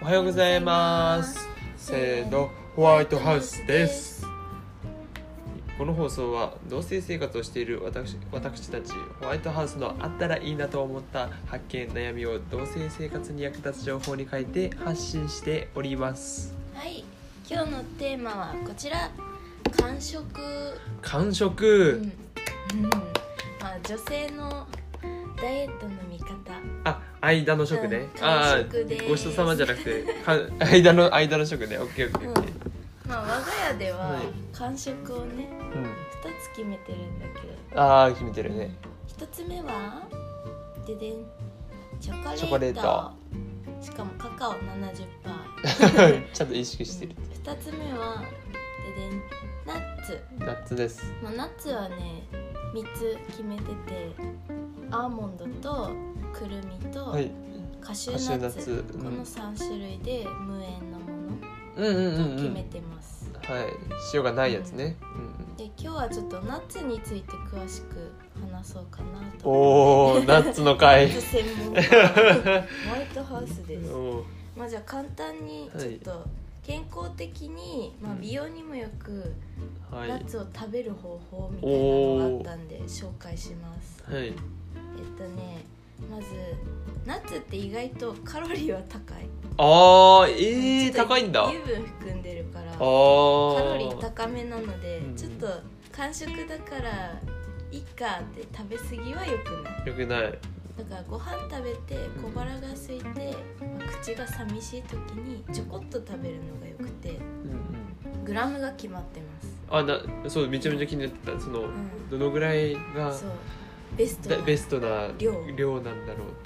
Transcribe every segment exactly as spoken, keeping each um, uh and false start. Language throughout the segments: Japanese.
はようございます。せーの、ホワイトハウスです。この放送は同棲生活をしている 私, 私たちホワイトハウスのあったらいいなと思った発見悩みを同棲生活に役立つ情報に変えて発信しております。 はい、今日のテーマはこちら、間食。 間食、 うんうん、まあ女性のダイエットの見方。 あ、間の食ね、うん、 間食です。 あ、ごちそうさまじゃなくて間の間の食ね。オッケーオッケーオッケー。 まあ我が家では間食をね、うん、ふたつ決めてるんだけど。 ああ、決めてるね。 ひとつめはででん、チョコレート。 チョコレートしかもカカオ ななじゅっパーセントちゃんと意識してる。 ふたつめはででん、ナッツ。 ナッツです。 まあ、ナッツはねみっつ決めてて、アーモンドとくるみとカシューナッツ、はい、ナッツ、このさんしゅるいで無塩のものと決めてます、 うんうんうんうん、はい、塩がないやつね、 うんうん、で今日はちょっとナッツについて詳しく話そうかなと思って。おー、ナッツの回ナッツ専門家ホワイトハウスです。まあ、じゃあ簡単にちょっと健康的に、まあ、美容にもよくナッツを食べる方法みたいなのがあったんで紹介します、 はい、 えっとね、まずナッツって意外とカロリーは高い。 あー、えー、高いんだ。 油分含んでるからカロリー高めなので、うん、ちょっと間食だからいいかって食べ過ぎは良くない。 良くない。 だからご飯食べて小腹が空いて、まあ、口が寂しい時にちょこっと食べるのがよくて、うんうん、グラムが決まってます。 あ、な、そう、めちゃめちゃ気になってた。その、うん、どのぐらいがそうベストなベストな量、量なんだろうって。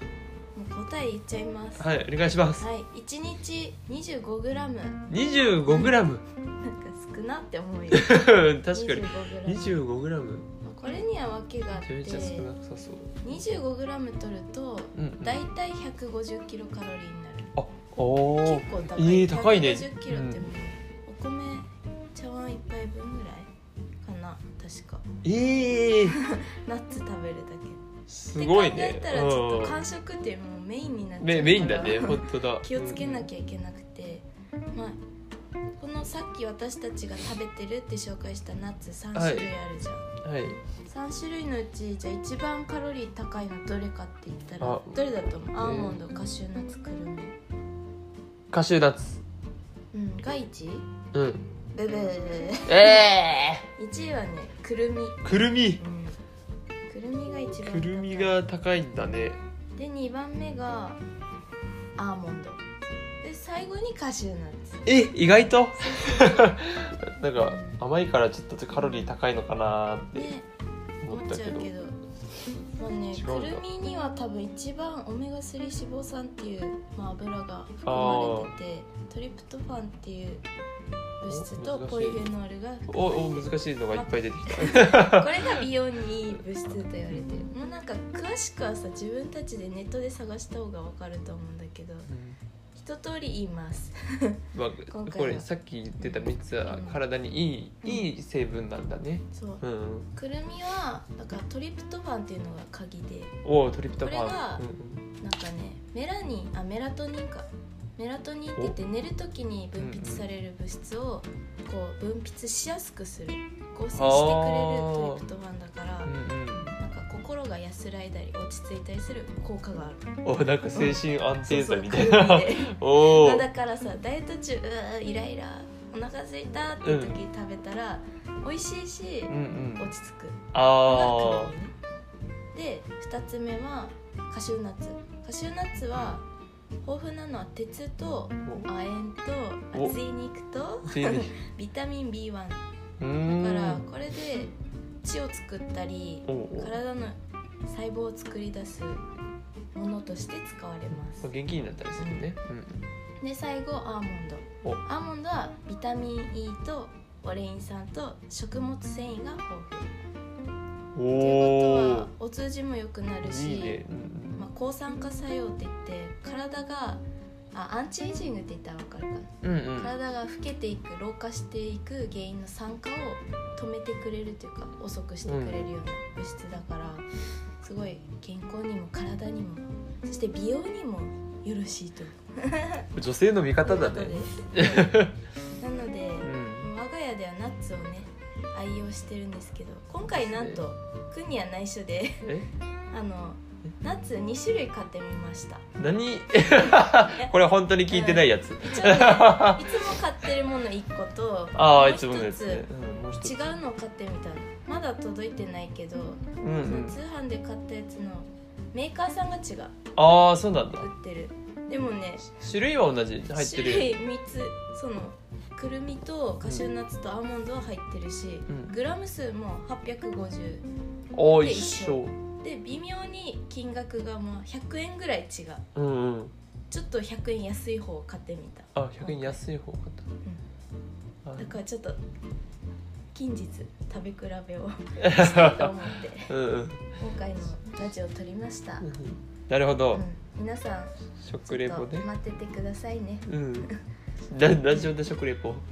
もう答え言っちゃいます。 はい、お願いします。 はい、いちにち にじゅうごグラム。 にじゅうごグラムなんか少なって思うよ確かに にじゅうごグラム。 これには訳があって、 めちゃめちゃ少なさそう。 にじゅうごグラム 取ると、うん、だいたいひゃくごじゅっキロカロリーになる。 あ、おー、 結構高い、 えー、高いね。 ひゃくごじゅっキロってもう、うん、お米茶碗一杯分ぐらいかな、確か。 えーナッツ食べるだけすごいね。 って考えたらちょっと間食ってもうメインになっちゃうから、 メインだね、本当だ。 気をつけなきゃいけなくて、うん、まあこのさっき私たちが食べてるって紹介したナッツさんしゅるいあるじゃん、はいはい、さんしゅるいのうちじゃあ一番カロリー高いのどれかって言ったらどれだと思う？アーモンド、カシューナッツ、くるみ。 カシューナッツ、 うんがいちい？ うんブブーえーいちいはね、くるみ。 くるみ、うん、 くるみが一番高い。 くるみが高いんだね。 でにばんめがアーモンドで、最後にカシューナッツ。 え、意外となんか甘いからちょっとカロリー高いのかなって思ったけど、ね、思っちゃうけど、 まあね、くるみには多分一番オメガスリー脂肪酸っていう、まあ、油が含まれてて、トリプトファンっていう物質とポリフェノールが含まれてる。 おお、難しいのがいっぱい出てきたこれが美容にいい物質と言われてる。もうなんか詳しくはさ、自分たちでネットで探した方が分かると思うんだけど、うん、一通り言いますまあ、これさっき言ってたみっつは体にいい、うん、いい成分なんだね。 そう、うん、くるみはだからトリプトファンっていうのが鍵で、 おトリプトファン、 これがなんかね、メラニン、あメラトニンかメラトニンって言って寝る時に分泌される物質をこう分泌しやすくする、合成してくれるトリプトファンだから、うんうん、なんか心が安らいだり落ち着いたりする効果がある。 お、なんか精神安定剤みたいな。 おだからさ、ダイエット中うわイライラお腹空いたって時食べたら、うん、美味しいし、うんうん、落ち着く。あでふたつめはカシューナッツ。カシューナッツは豊富なのは鉄と亜鉛と厚い肉とビタミン ビーワン だからこれで血を作ったり体の細胞を作り出すものとして使われます。 元気になったりするね、 うん、で最後アーモンド。アーモンドはビタミン E とオレイン酸と食物繊維が豊富ということはお通じも良くなるし、いいね、うんまあ、抗酸化作用って言って体があアンチエイジングって言ったら分かるかな、うんうん、体が老けていく老化していく原因の酸化を止めてくれるというか遅くしてくれるような物質だから、すごい健康にも体にもそして美容にもよろしいと女性の味方だねなので、うん、我が家ではナッツをね愛用してるんですけど、今回なんとくんには内緒であのナッツに種類買ってみました。 何これ本当に聞いてないやつ、うん、 一応ねいつも買ってるものいっことあいつものやつ、 ねうん、もう一つ違うのを買ってみた。まだ届いてないけど、うんうん、その通販で買ったやつのメーカーさんが違う。 ああそうなんだ。 売ってる。でもね種類は同じ入ってる。 種類みっつ、そのくるみとカシューナッツとアーモンドは入ってるし、うん、グラム数もはっぴゃくごじゅうおー一緒で、微妙に金額がまあひゃくえんぐらい違う、 うんうん、 ちょっとひゃくえん安い方を買ってみた。 あひゃくえん安い方を買った、 うん、だからちょっと近日食べ比べをしたいと思ってうん、うん、今回のラジオを撮りました、うん、 なるほど、 うん、皆さん食レポで待っててくださいね、 うんラジオで食レポ、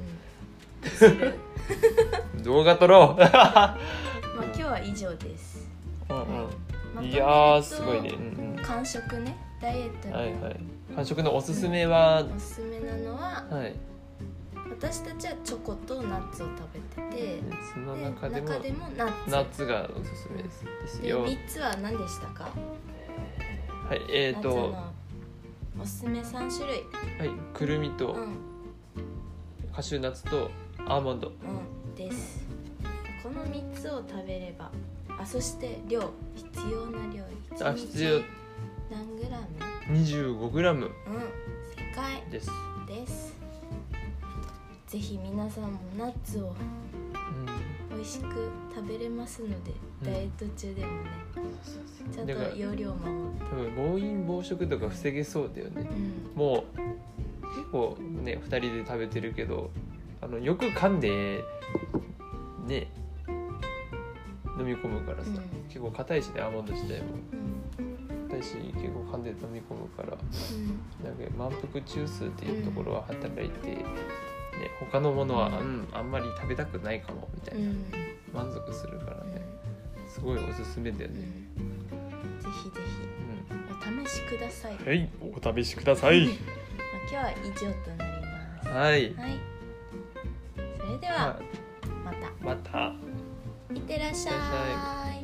うん、動画撮ろうまあ今日は以上です、 うんうんま、 いやーすごいね、うんうん、 間食ね、ダイエットの、 はいはい、間食のおすすめは、 うん、おすすめなのは、はい、私たちはチョコとナッツを食べてて、 その中でも、 中でもナッツナッツがおすすめです、ですよ。 でみっつは何でしたか？ はい、えーとおすすめさん種類、 はい、くるみと、うん、カシューナッツとアーモンド、 うん、です。このみっつを食べれば、あ、そして量、必要な量、いちにちあ必要何グラム？ にじゅうごグラム、 うん、正解ですですぜひ皆さんもナッツを美味しく食べれますので、うん、ダイエット中でもね、ちゃんと容量を守って多分暴飲暴食とか防げそうだよね、うん、もう結構ねふたりで食べてるけど、あのよく噛んでね飲み込むからさ、うん、結構硬いしね、アーモンド自体も硬、うん、いし結構噛んで飲み込むから、うん、なんか満腹中枢っていうところは働いて、うんね、他のものは、うん、あんまり食べたくないかもみたいな、うん、満足するからね、すごいおすすめだよね、 うん、ぜひぜひ、うん、お試しください。 はい、お試しくださいまあ今日は以上となります。 はい、はい、 それでは、またまたいってらっしゃい。